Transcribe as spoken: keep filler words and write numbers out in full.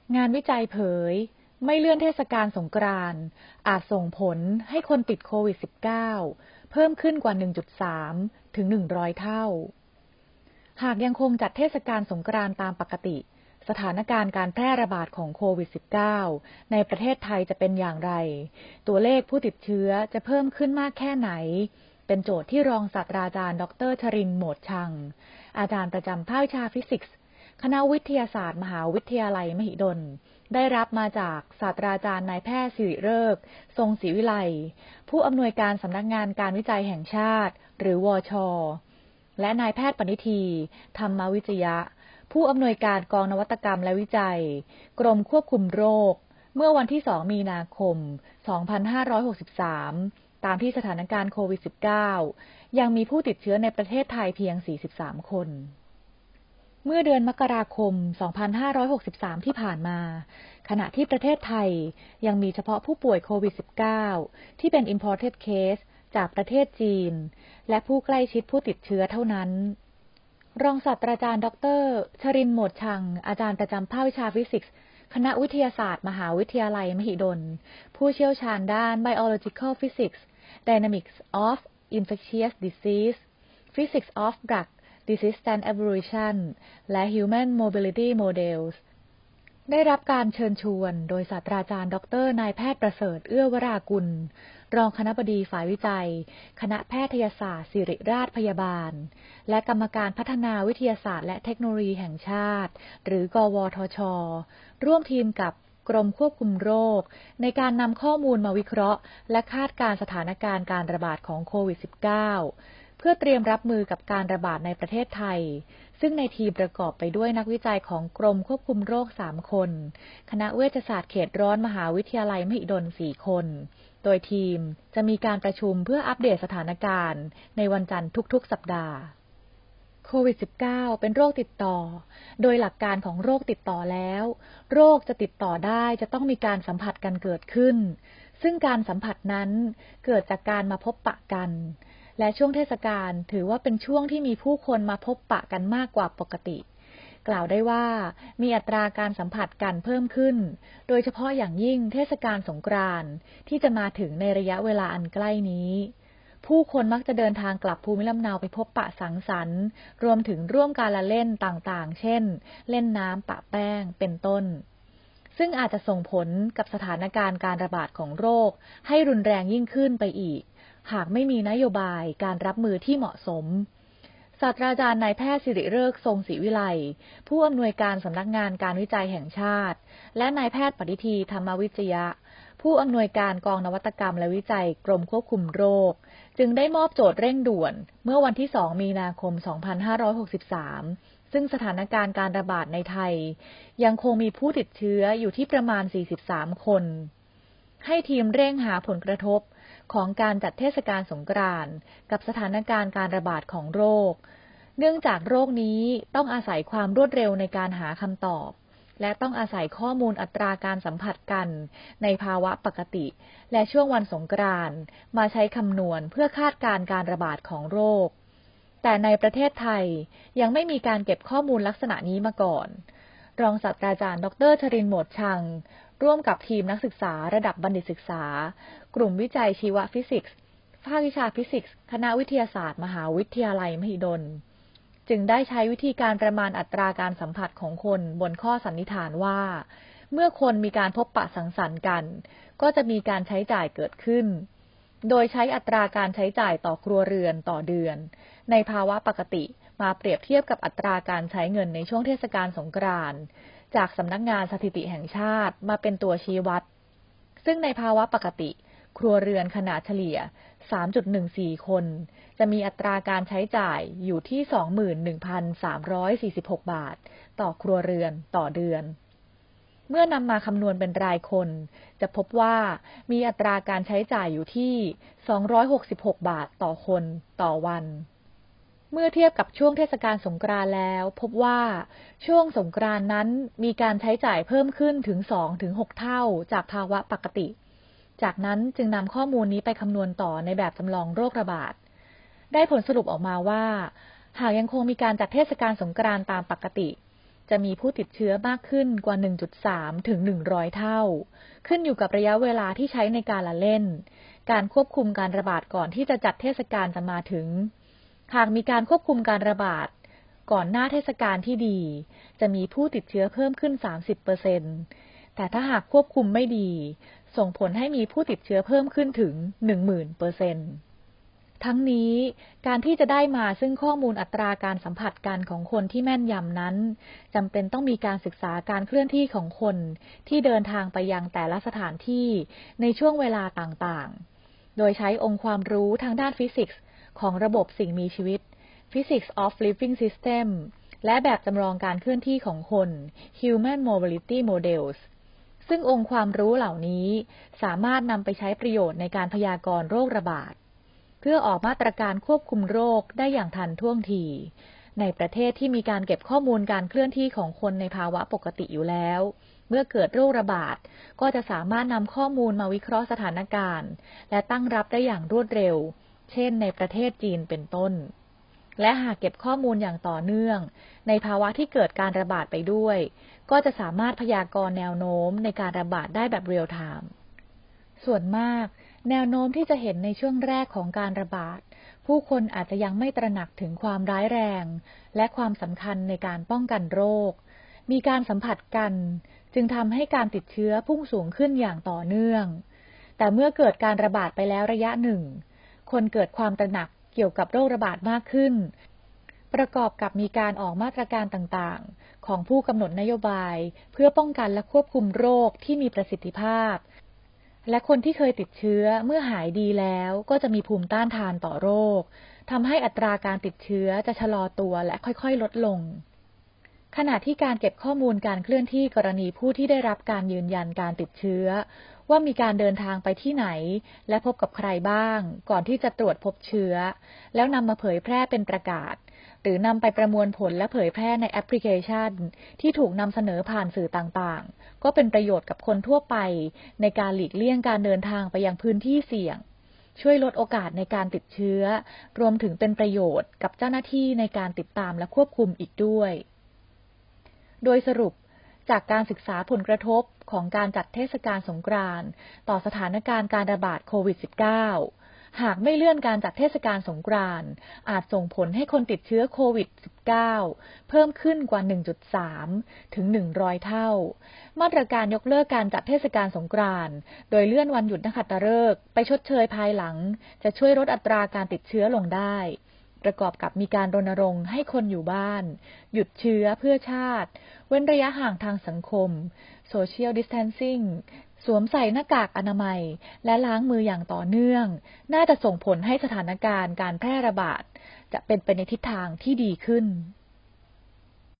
งานวิจัยเผยไม่เลื่อนเทศกาลสงกรานต์อาจส่งผลให้คนติดโควิด สิบเก้า เพิ่มขึ้นกว่า หนึ่งจุดสาม ถึง หนึ่งร้อย เท่าหากยังคงจัดเทศกาลสงกรานต์ตามปกติสถานการณ์การแพร่ระบาดของโควิด สิบเก้า ในประเทศไทยจะเป็นอย่างไรตัวเลขผู้ติดเชื้อจะเพิ่มขึ้นมากแค่ไหนเป็นโจทย์ที่รองศาสตราจารย์ดร.ชรินทร์ โหมดชังอาจารย์ประจำภาควิชาฟิสิกส์คณะวิทยาศาสตร์มหาวิทยาลัยมหิดลได้รับมาจากศาสตราจารย์นายแพทย์สิริฤกษ์ทรงศรีวิไลผู้อำนวยการสำนักงานการวิจัยแห่งชาติหรือวช.และนายแพทย์ปณิธี ธรรมวิจยะผู้อำนวยการกองนวัตกรรมและวิจัยกรมควบคุมโรคเมื่อวันที่สองมีนาคมสองพันห้าร้อยหกสิบสามตามที่สถานการณ์โควิด สิบเก้า ยังมีผู้ติดเชื้อในประเทศไทยเพียงสี่สิบสามคนเมื่อเดือนมกราคมสองพันห้าร้อยหกสิบสามที่ผ่านมาขณะที่ประเทศไทยยังมีเฉพาะผู้ป่วยโควิด สิบเก้า ที่เป็น imported case จากประเทศจีนและผู้ใกล้ชิดผู้ติดเชื้อเท่านั้นรองศาสตราจารย์ดร.ชรินทร์ โหมดชังอาจารย์ประจำภาควิชาฟิสิกส์คณะวิทยาศาสตร์มหาวิทยาลัยมหิดลผู้เชี่ยวชาญด้าน biological physics dynamics of infectious disease physics of drug resistant evolution และ human mobility models ได้รับการเชิญชวนโดยศาสตราจารย์ดร.นายแพทย์ประเสริฐเอื้อวรากุลรองคณบดีฝ่ายวิจัยคณะแพทยศาสตร์ศิริราชพยาบาลและกรรมการพัฒนาวิทยาศาสตร์และเทคโนโลยีแห่งชาติหรือกวทช.ร่วมทีมกับกรมควบคุมโรคในการนำข้อมูลมาวิเคราะห์และคาดการณ์สถานการณ์การระบาดของโควิด สิบเก้า เพื่อเตรียมรับมือกับการระบาดในประเทศไทยซึ่งในทีมประกอบไปด้วยนักวิจัยของกรมควบคุมโรคสามคนคณะเวชศาสตร์เขตร้อนมหาวิทยาลัยมหิดลสี่คนโดยทีมจะมีการประชุมเพื่ออัปเดตสถานการณ์ในวันจันทร์ทุกๆสัปดาห์โควิด สิบเก้า เป็นโรคติดต่อโดยหลักการของโรคติดต่อแล้วโรคจะติดต่อได้จะต้องมีการสัมผัสกันเกิดขึ้นซึ่งการสัมผัสนั้นเกิดจากการมาพบปะกันและช่วงเทศกาลถือว่าเป็นช่วงที่มีผู้คนมาพบปะกันมากกว่าปกติกล่าวได้ว่ามีอัตราการสัมผัสกันเพิ่มขึ้นโดยเฉพาะอย่างยิ่งเทศกาลสงกรานต์ที่จะมาถึงในระยะเวลาอันใกล้นี้ผู้คนมักจะเดินทางกลับภูมิลำเนาไปพบปะสังสรรค์รวมถึงร่วมการละเล่นต่างๆเช่นเล่นน้ำปะแป้งเป็นต้นซึ่งอาจจะส่งผลกับสถานการณ์การระบาดของโรคให้รุนแรงยิ่งขึ้นไปอีกหากไม่มีนโยบายการรับมือที่เหมาะสมศาสตราจารย์นายแพทย์สิริฤกษ์ทรงศรีวิไลผู้อำนวยการสำนักงานการวิจัยแห่งชาติและนายแพทย์ปณิธี ธรรมวิจยะผู้อำนวยการกองนวัตกรรมและวิจัยกรมควบคุมโรคจึงได้มอบโจทย์เร่งด่วนเมื่อวันที่สองมีนาคมสองพันห้าร้อยหกสิบสามซึ่งสถานการณ์การระบาดในไทยยังคงมีผู้ติดเชื้ออยู่ที่ประมาณสี่สิบสามคนให้ทีมเร่งหาผลกระทบของการจัดเทศกาลสงกรานต์กับสถานการณ์การระบาดของโรคเนื่องจากโรคนี้ต้องอาศัยความรวดเร็วในการหาคำตอบและต้องอาศัยข้อมูลอัตราการสัมผัสกันในภาวะปกติและช่วงวันสงกรานต์มาใช้คำนวณเพื่อคาดการณ์การระบาดของโรคแต่ในประเทศไทยยังไม่มีการเก็บข้อมูลลักษณะนี้มาก่อนรองศาสตราจารย์ดร.ชรินทร์ โหมดชังร่วมกับทีมนักศึกษาระดับบัณฑิตศึกษากลุ่มวิจัยชีวฟิสิกส์ภาควิชาฟิสิกส์คณะวิทยาศาสตร์มหาวิทยาลัยมหิดลจึงได้ใช้วิธีการประมาณอัตราการสัมผัสของคนบนข้อสันนิษฐานว่าเมื่อคนมีการพบปะสังสรรค์กันก็จะมีการใช้จ่ายเกิดขึ้นโดยใช้อัตราการใช้จ่ายต่อครัวเรือนต่อเดือนในภาวะปกติมาเปรียบเทียบกับอัตราการใช้เงินในช่วงเทศกาลสงกรานต์จากสำนักงานสถิติแห่งชาติมาเป็นตัวชี้วัดซึ่งในภาวะปกติครัวเรือนขนาดเฉลี่ย สามจุดหนึ่งสี่ คนจะมีอัตราการใช้จ่ายอยู่ที่ สองหมื่นหนึ่งพันสามร้อยสี่สิบหก บาทต่อครัวเรือนต่อเดือนเมื่อนำมาคำนวณเป็นรายคนจะพบว่ามีอัตราการใช้จ่ายอยู่ที่ สองร้อยหกสิบหก บาทต่อคนต่อวันเมื่อเทียบกับช่วงเทศกาลสงกรานต์แล้วพบว่าช่วงสงกรานต์นั้นมีการใช้จ่ายเพิ่มขึ้นถึง สองถึงหก เท่าจากภาวะปกติจากนั้นจึงนำข้อมูลนี้ไปคำนวณต่อในแบบจำลองโรคระบาดได้ผลสรุปออกมาว่าหากยังคงมีการจัดเทศกาลสงกรานต์ตามปกติจะมีผู้ติดเชื้อมากขึ้นกว่า หนึ่งจุดสาม ถึง หนึ่งร้อย เท่าขึ้นอยู่กับระยะเวลาที่ใช้ในการละเล่นการควบคุมการระบาดก่อนที่จะจัดเทศกาลจะมาถึงหากมีการควบคุมการระบาดก่อนหน้าเทศกาลที่ดีจะมีผู้ติดเชื้อเพิ่มขึ้น สามสิบเปอร์เซ็นต์ แต่ถ้าหากควบคุมไม่ดีส่งผลให้มีผู้ติดเชื้อเพิ่มขึ้นถึง หนึ่งหมื่นเปอร์เซ็นต์ ทั้งนี้การที่จะได้มาซึ่งข้อมูลอัตราการสัมผัสกันของคนที่แม่นยำนั้นจำเป็นต้องมีการศึกษาการเคลื่อนที่ของคนที่เดินทางไปยังแต่ละสถานที่ในช่วงเวลาต่างๆโดยใช้องค์ความรู้ทางด้านฟิสิกส์ของระบบสิ่งมีชีวิต Physics of Living System และแบบจำลองการเคลื่อนที่ของคน Human Mobility Models ซึ่งองค์ความรู้เหล่านี้สามารถนำไปใช้ประโยชน์ในการพยากรณ์โรคระบาดเพื่อออกมาตรการควบคุมโรคได้อย่างทันท่วงทีในประเทศที่มีการเก็บข้อมูลการเคลื่อนที่ของคนในภาวะปกติอยู่แล้วเมื่อเกิดโรคระบาดก็จะสามารถนำข้อมูลมาวิเคราะห์สถานการณ์และตั้งรับได้อย่างรวดเร็วเช่นในประเทศจีนเป็นต้นและหากเก็บข้อมูลอย่างต่อเนื่องในภาวะที่เกิดการระบาดไปด้วยก็จะสามารถพยากรณ์แนวโน้มในการระบาดได้แบบเรียลไทม์ส่วนมากแนวโน้มที่จะเห็นในช่วงแรกของการระบาดผู้คนอาจจะยังไม่ตระหนักถึงความร้ายแรงและความสำคัญในการป้องกันโรคมีการสัมผัสกันจึงทำให้การติดเชื้อพุ่งสูงขึ้นอย่างต่อเนื่องแต่เมื่อเกิดการระบาดไปแล้วระยะหนึ่งคนเกิดความตระหนักเกี่ยวกับโรคระบาดมากขึ้นประกอบกับมีการออกมาตรการต่างๆของผู้กำหนดนโยบายเพื่อป้องกันและควบคุมโรคที่มีประสิทธิภาพและคนที่เคยติดเชื้อเมื่อหายดีแล้วก็จะมีภูมิต้านทานต่อโรคทำให้อัตราการติดเชื้อจะชะลอตัวและค่อยๆลดลงขณะที่การเก็บข้อมูลการเคลื่อนที่กรณีผู้ที่ได้รับการยืนยันการติดเชื้อว่ามีการเดินทางไปที่ไหนและพบกับใครบ้างก่อนที่จะตรวจพบเชื้อแล้วนำมาเผยแพร่เป็นประกาศหรือนำไปประมวลผลและเผยแพร่ในแอปพลิเคชันที่ถูกนำเสนอผ่านสื่อต่างๆก็เป็นประโยชน์กับคนทั่วไปในการหลีกเลี่ยงการเดินทางไปยังพื้นที่เสี่ยงช่วยลดโอกาสในการติดเชื้อรวมถึงเป็นประโยชน์กับเจ้าหน้าที่ในการติดตามและควบคุมอีกด้วยโดยสรุปจากการศึกษาผลกระทบของการจัดเทศกาลสงกรานต์ต่อสถานการณ์การระบาดโควิด สิบเก้า หากไม่เลื่อนการจัดเทศกาลสงกรานต์อาจส่งผลให้คนติดเชื้อโควิด สิบเก้า เพิ่มขึ้นกว่า หนึ่งจุดสาม ถึง หนึ่งร้อย เท่ามาตรการยกเลิกการจัดเทศกาลสงกรานต์โดยเลื่อนวันหยุดนักขัตฤกษ์ไปชดเชยภายหลังจะช่วยลดอัตราการติดเชื้อลงได้ประกอบกับมีการรณรงค์ให้คนอยู่บ้านหยุดเชื้อเพื่อชาติเว้นระยะห่างทางสังคม Social Distancing สวมใส่หน้ากากอนามัยและล้างมืออย่างต่อเนื่องน่าจะส่งผลให้สถานการณ์การแพร่ระบาดจะเป็นไปในทิศทางที่ดีขึ้น